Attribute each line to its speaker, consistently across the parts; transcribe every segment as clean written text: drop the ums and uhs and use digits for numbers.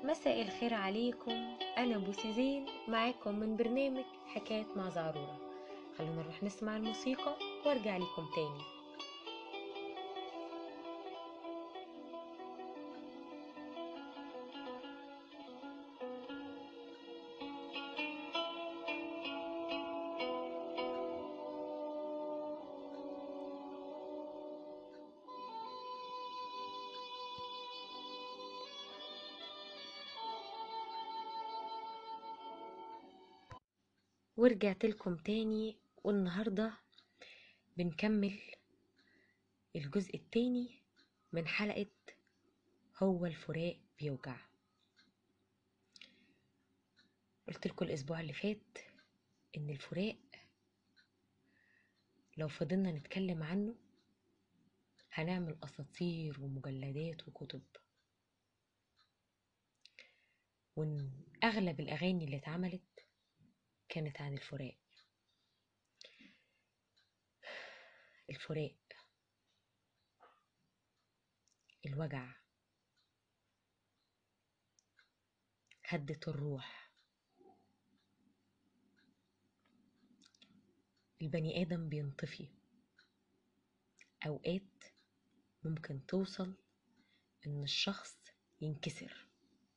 Speaker 1: مساء الخير عليكم. أنا بوسي زين معاكم من برنامج حكاية مع زعرورة. خلونا نروح نسمع الموسيقى وارجع لكم تاني. ورجعت لكم تاني، والنهاردة بنكمل الجزء التاني من حلقة هو الفراق بيوجع. قلت لكم الأسبوع اللي فات إن الفراق لو فضلنا نتكلم عنه هنعمل أساطير ومجلدات وكتب، وإن أغلب الأغاني اللي اتعملت كانت عن الفراق. الفراق، الوجع، هدة الروح. البني آدم بينطفي، أوقات ممكن توصل إن الشخص ينكسر.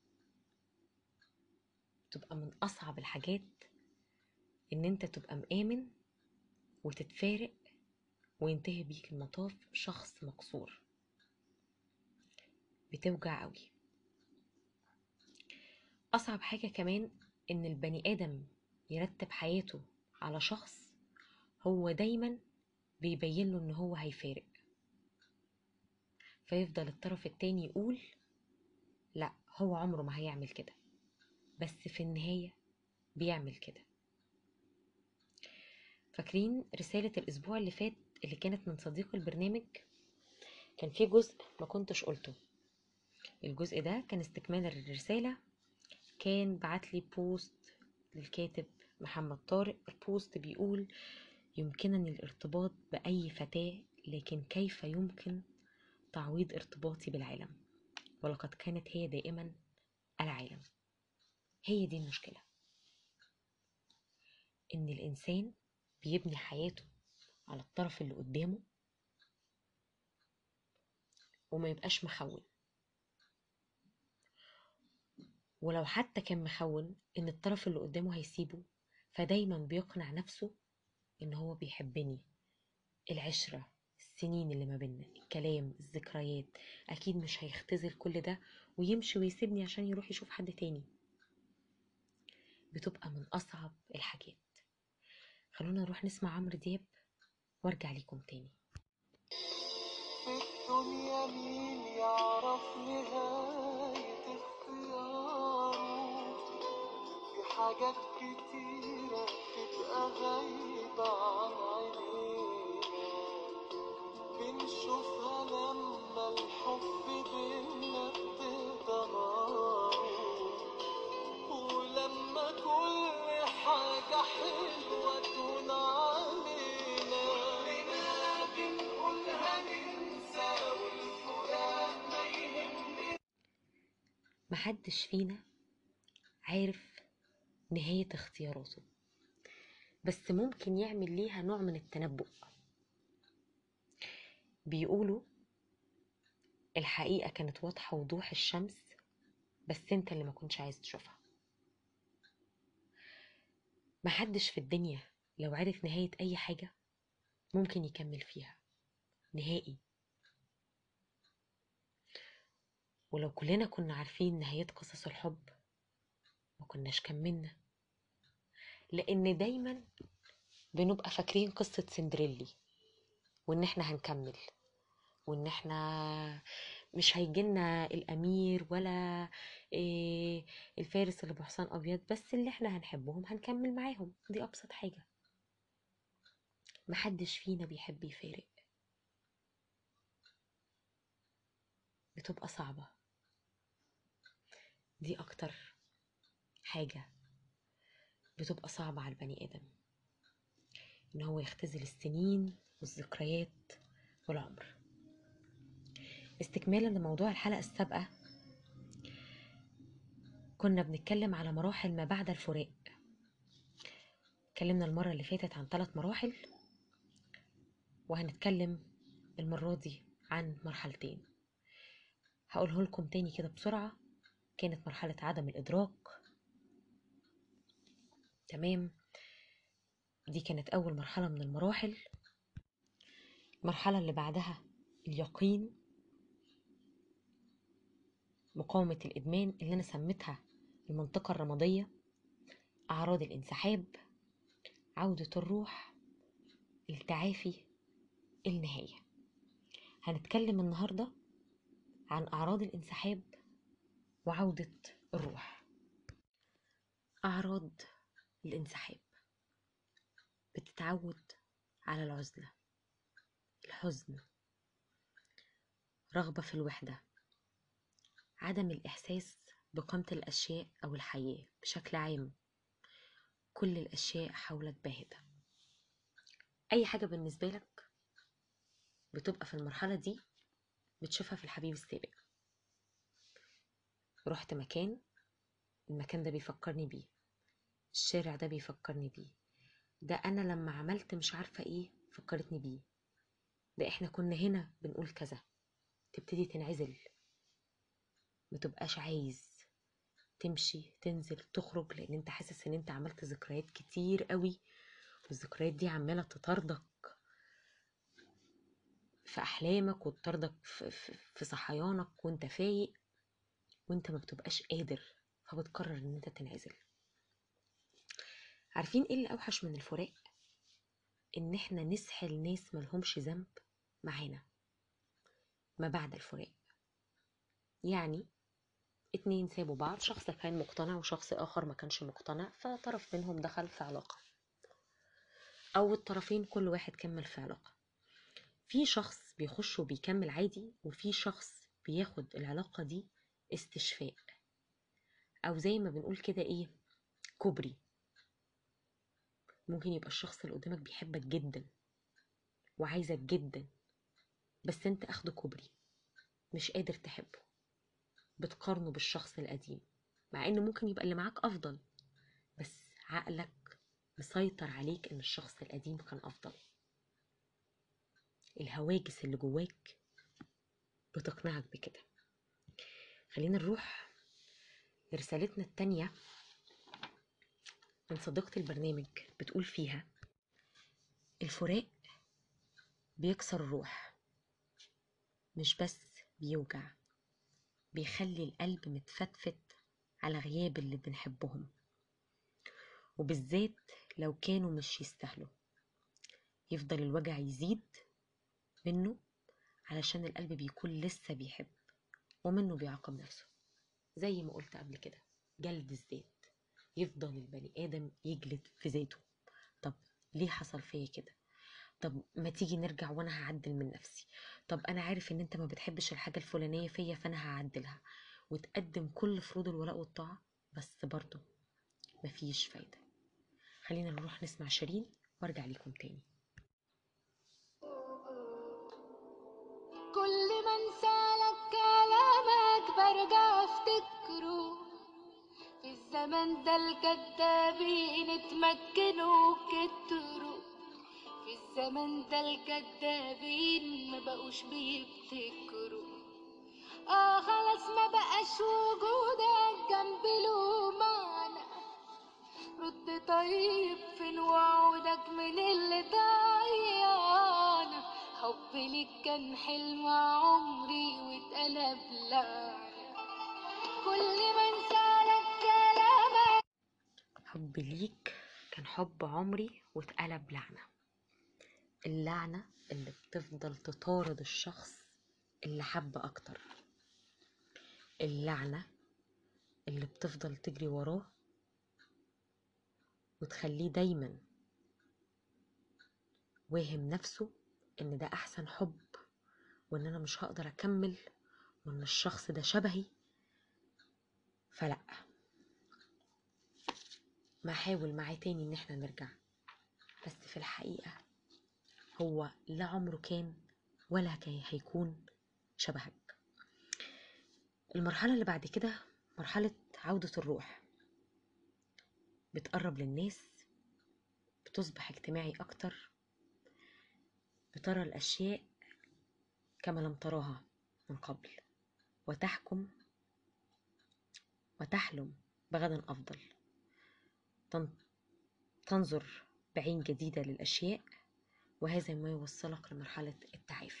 Speaker 1: تبقى من أصعب الحاجات إن أنت تبقى مآمن وتتفارق وينتهي بيك المطاف شخص مكسور. بتوجع قوي. أصعب حاجة كمان إن البني آدم يرتب حياته على شخص هو دايما بيبين له إن هو هيفارق، فيفضل الطرف التاني يقول لا هو عمره ما هيعمل كده، بس في النهاية بيعمل كده. فاكرين رسالة الأسبوع اللي فات اللي كانت من صديق البرنامج؟ كان في جزء ما كنتش قلته. الجزء ده كان استكمالا للرسالة. كان بعتلي بوست للكاتب محمد طارق. البوست بيقول: يمكنني الارتباط بأي فتاة، لكن كيف يمكن تعويض ارتباطي بالعالم؟ ولقد كانت هي دائما العالم. هي دي المشكلة، إن الإنسان بيبني حياته على الطرف اللي قدامه وما يبقاش مخون. ولو حتى كان مخون إن الطرف اللي قدامه هيسيبه، فدايما بيقنع نفسه إن هو بيحبني. العشرة، السنين اللي ما بيننا، الكلام، الذكريات، أكيد مش هيختزل كل ده ويمشي ويسيبني عشان يروح يشوف حد تاني. بتبقى من أصعب الحاجات. خلونا نروح نسمع عمرو دياب وارجع لكم تاني.
Speaker 2: في الدنيا مين يعرف نهاية اختياره؟ في حاجات كتيرة بتبقى غايبة عن عينينا، بنشوفها لما الحب بينا ابتدى ناره، ولما كل حاجة حلوة تهون علينا كلنا بنقولها ننسى والفراق ما يهمنا.
Speaker 1: محدش فينا عارف نهاية اختياراته، بس ممكن يعمل ليها نوع من التنبؤ. بيقولوا الحقيقة كانت واضحة وضوح الشمس، بس انت اللي ما كنتش عايز تشوفها. محدش في الدنيا لو عرف نهاية اي حاجة ممكن يكمل فيها نهائي. ولو كلنا كنا عارفين نهاية قصص الحب ما كناش كملنا، لان دايما بنبقى فاكرين قصة سندريلي، وان احنا هنكمل، وان احنا مش هيجيلنا الامير ولا إيه الفارس اللي بحصان ابيض، بس اللي احنا هنحبهم هنكمل معاهم. دي ابسط حاجة. محدش فينا بيحب يفارق. بتبقى صعبة. دي اكتر حاجة بتبقى صعبة على البني ادم، ان هو يختزل السنين والذكريات والعمر. استكمالا لموضوع الحلقة السابقة، كنا بنتكلم على مراحل ما بعد الفراق. اتكلمنا المرة اللي فاتت عن 3 مراحل، وهنتكلم المرة دي عن مرحلتين هقوله لكم تاني كده بسرعة. كانت مرحلة عدم الإدراك، تمام، دي كانت أول مرحلة من المراحل. المرحلة اللي بعدها اليقين، مقاومة الإدمان اللي أنا سميتها المنطقة الرمادية، أعراض الانسحاب، عودة الروح، التعافي، النهاية. هنتكلم النهاردة عن أعراض الانسحاب وعودة الروح. أعراض الانسحاب بتتعود على العزلة، الحزن، رغبة في الوحدة، عدم الإحساس بقيمة الأشياء أو الحياة بشكل عام. كل الأشياء حولك باهتة. أي حاجة بالنسبة لك بتبقى في المرحلة دي بتشوفها في الحبيب السابق. رحت مكان، المكان ده بيفكرني بيه، الشارع ده بيفكرني بيه، ده أنا لما عملت مش عارفة إيه فكرتني بيه، ده إحنا كنا هنا بنقول كذا. تبتدي تنعزل، متبقاش عايز تمشي تنزل تخرج، لأن انت حاسس ان انت عملت ذكريات كتير قوي، والذكريات دي عمالة تطاردك في أحلامك وتطاردك في صحيانك وانت فايق، وانت ما بتبقاش قادر، فبتقرر ان انت تنعزل. عارفين ايه اللي اوحش من الفراق؟ ان احنا نسحل ناس ملهمش ذنب معانا ما بعد الفراق. يعني 2 سابوا بعض، شخص كان مقتنع وشخص اخر ما كانش مقتنع، فطرف منهم دخل في علاقة، او الطرفين كل واحد كمل في علاقة. في شخص بيخش وبيكمل عادي، وفي شخص بياخد العلاقة دي استشفاء، او زي ما بنقول كده ايه، كوبري. ممكن يبقى الشخص اللي قدامك بيحبك جدا وعايزك جدا، بس انت اخده كوبري، مش قادر تحبه، بتقارنه بالشخص القديم، مع انه ممكن يبقى اللي معاك افضل، بس عقلك مسيطر عليك ان الشخص القديم كان افضل. الهواجس اللي جواك بتقنعك بكده. خلينا نروح لرسالتنا التانية من صديقة البرنامج، بتقول فيها: الفراق بيكسر الروح، مش بس بيوجع، بيخلي القلب متفتفت على غياب اللي بنحبهم، وبالذات لو كانوا مش يستاهلوا. يفضل الوجع يزيد منه علشان القلب بيكون لسه بيحب، ومنه بيعاقب نفسه. زي ما قلت قبل كده، جلد الذات. يفضل البني آدم يجلد في ذاته. طب ليه حصل فيا كده؟ طب ما تيجي نرجع وانا هعدل من نفسي. طب انا عارف ان انت ما بتحبش الحاجة الفلانية فيا فانا هعدلها، وتقدم كل فروض الولاء والطاعة، بس برضه مفيش فايدة. خلينا نروح نسمع شيرين وارجع لكم تاني.
Speaker 2: كل ما انسالك كلامك برجع افتكره، في الزمن ده الكدابين اتمكنوا كتروا، في الزمن ده الكدابين ما بقوش بيبتكروا. خلاص ما بقاش وجودك جنبي له معنى. رد طيب فين وعودك من اللي ضيعنا؟ حبي ليك كان حلم عمري واتقلب لعنة. كل ما انسالك كلامك.
Speaker 1: حب ليك كان حب عمري واتقلب لعنة. اللعنة اللي بتفضل تطارد الشخص اللي حب أكتر، اللعنة اللي بتفضل تجري وراه وتخليه دايما واهم نفسه ان ده احسن حب، وان انا مش هقدر اكمل، وان الشخص ده شبهي، فلا، ما حاول معاه تاني ان احنا نرجع. بس في الحقيقة هو لا عمره كان ولا هيكون شبهك. المرحلة اللي بعد كده مرحلة عودة الروح، بتقرب للناس، بتصبح اجتماعي أكتر، بترى الأشياء كما لم تراها من قبل، وتحكم وتحلم بغد أفضل، تنظر بعين جديدة للأشياء، وهذا ما يوصلك لمرحلة التعافي.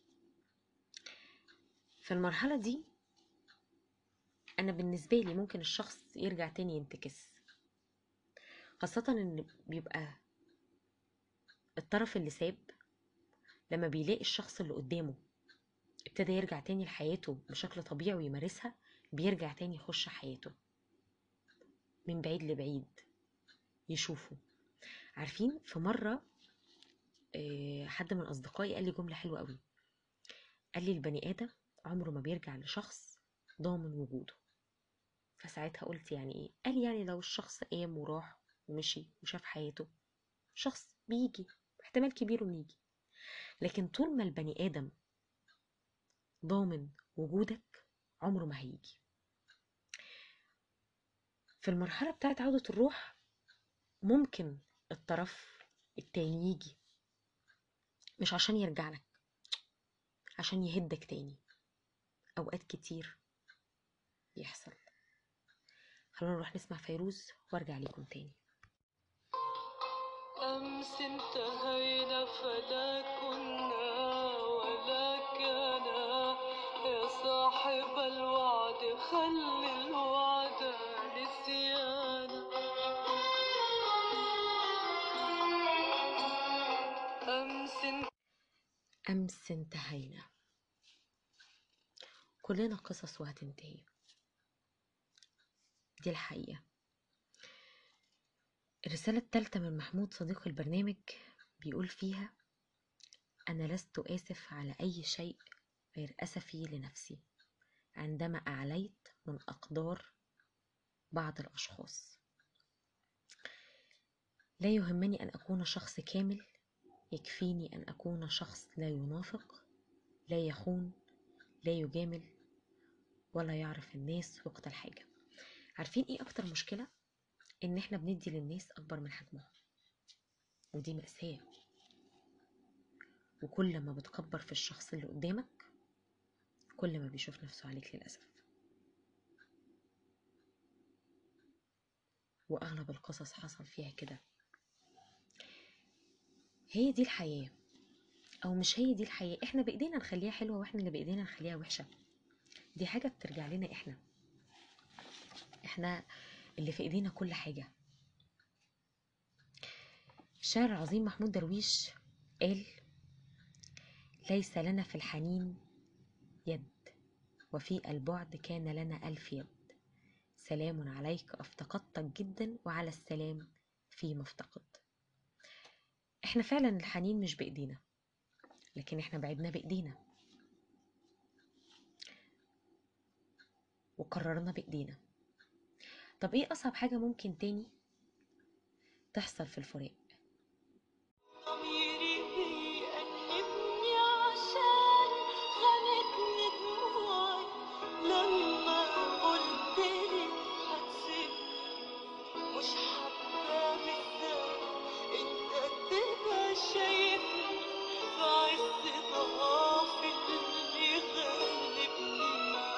Speaker 1: في المرحلة دي أنا بالنسبة لي ممكن الشخص يرجع تاني ينتكس، خاصة إن بيبقى الطرف اللي ساب لما بيلاقي الشخص اللي قدامه ابتدى يرجع تاني لحياته بشكل طبيعي ويمارسها، بيرجع تاني يخش حياته من بعيد لبعيد يشوفه. عارفين في مرة حد من أصدقائي قال لي جملة حلوة قوي، قال لي البني آدم عمره ما بيرجع لشخص ضامن وجوده. فساعتها قلت يعني ايه؟ قال يعني لو الشخص قام وراح ومشي وشاف حياته، شخص بيجي احتمال كبير انه يجي، لكن طول ما البني آدم ضامن وجودك عمره ما هيجي. في المرحلة بتاعت عودة الروح ممكن الطرف التاني يجي مش عشان يرجع لك، عشان يهدك تاني. أوقات كتير يحصل. خلونا نروح نسمع فيروز وارجع ليكم تاني.
Speaker 2: أمس انتهينا فلا كنا ولا كان، يا صاحب الوعد خل الوعد نسيانا.
Speaker 1: أمس انتهينا، كلنا قصص وهتنتهي، دي الحقيقة. الرسالة الثالثة من محمود صديق البرنامج بيقول فيها: أنا لست آسف على أي شيء غير أسفي لنفسي عندما أعليت من أقدار بعض الأشخاص. لا يهمني أن أكون شخص كامل، يكفيني أن أكون شخص لا ينافق، لا يخون، لا يجامل، ولا يعرف الناس وقت الحاجة. عارفين إيه أكتر مشكلة؟ إن إحنا بندي للناس أكبر من حجمهم، ودي مأساة. وكل ما بتكبر في الشخص اللي قدامك كل ما بيشوف نفسه عليك للأسف. وأغلب القصص حصل فيها كده. هي دي الحياة، أو مش هي دي الحياة، إحنا بإيدينا نخليها حلوة وإحنا اللي بإيدينا نخليها وحشة. دي حاجة بترجع لنا إحنا اللي في إيدينا كل حاجة. الشاعر العظيم محمود درويش قال: ليس لنا في الحنين يد، وفي البعد كان لنا ألف يد. سلام عليك افتقدتك جدا، وعلى السلام فيما افتقد. احنا فعلا الحنين مش بإيدينا، لكن احنا بعدنا بإيدينا وقررنا بإيدينا. طب ايه أصعب حاجة ممكن تاني تحصل في الفراق؟
Speaker 2: ضميري بيأنبني عشان خانتني دموعي لما قلتلي هتسيبني. مش حابة بالذات انت تبقى شايفني في عز ضعفي اللي غلبني،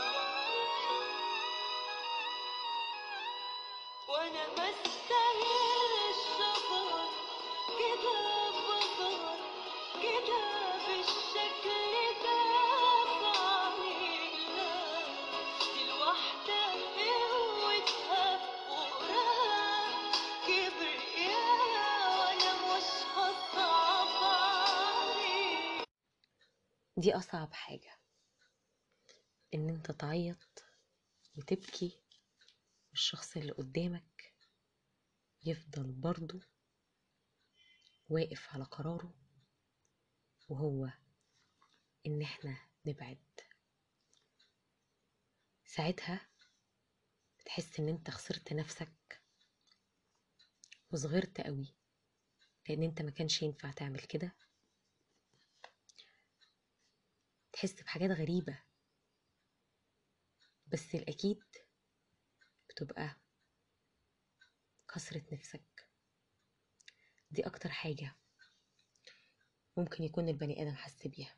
Speaker 2: وانا مستاهلش ابقى كده بظهر كده بالشكل ده في عينينا. دي الواحدة قوتها فوقها كبرياء، وانا مش هصعب عليك.
Speaker 1: دي أصعب حاجة، إن أنت تعيط وتبكي والشخص اللي قدامك يفضل برضو واقف على قراره، وهو إن احنا نبعد. ساعتها تحس إن أنت خسرت نفسك وصغرت قوي، لأن أنت ما كانش ينفع تعمل كده. تحس بحاجات غريبة، بس الأكيد تبقى كسرة نفسك. دي أكتر حاجة ممكن يكون البني آدم حس بيها.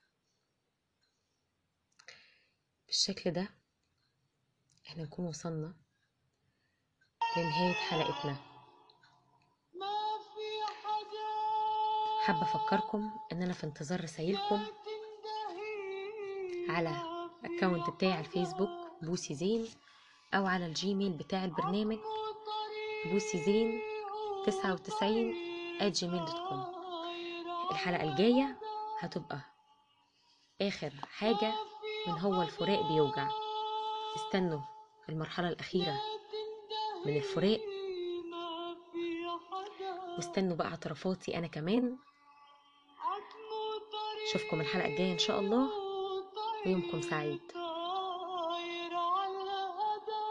Speaker 1: بالشكل ده احنا نكون وصلنا لنهاية حلقتنا.
Speaker 2: ما في حدا
Speaker 1: حابة أفكركم إن أنا في انتظار رسايلكم
Speaker 2: تندهي،
Speaker 1: على
Speaker 2: ما في
Speaker 1: الأكاونت بتاعي على
Speaker 2: حدا
Speaker 1: الفيسبوك بوسي زين، أو على الجيميل بتاع البرنامج
Speaker 2: عتمه
Speaker 1: بوسي زين
Speaker 2: طريقه
Speaker 1: 99
Speaker 2: طريق
Speaker 1: @gmail.com.
Speaker 2: داير
Speaker 1: الحلقة
Speaker 2: على
Speaker 1: الجاية
Speaker 2: هدا،
Speaker 1: هتبقى آخر
Speaker 2: ما
Speaker 1: حاجة
Speaker 2: في
Speaker 1: من هو
Speaker 2: حدا
Speaker 1: الفراق بيوجع. استنوا المرحلة الأخيرة
Speaker 2: لا
Speaker 1: من
Speaker 2: تندهي،
Speaker 1: الفراق،
Speaker 2: ما في حدا
Speaker 1: واستنوا بقى اعترافاتي أنا كمان.
Speaker 2: عتمه
Speaker 1: أشوفكم الحلقة الجاية إن شاء الله،
Speaker 2: طريق
Speaker 1: ويومكم سعيد.
Speaker 2: داير على هدا،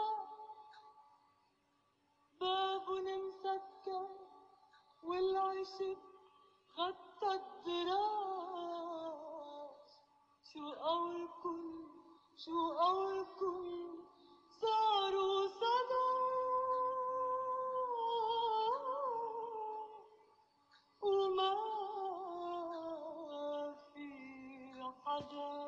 Speaker 2: باب مسكر والعشق غطى الدراس. شو قولكن شو قولكن صاروا صدى، وما في حدا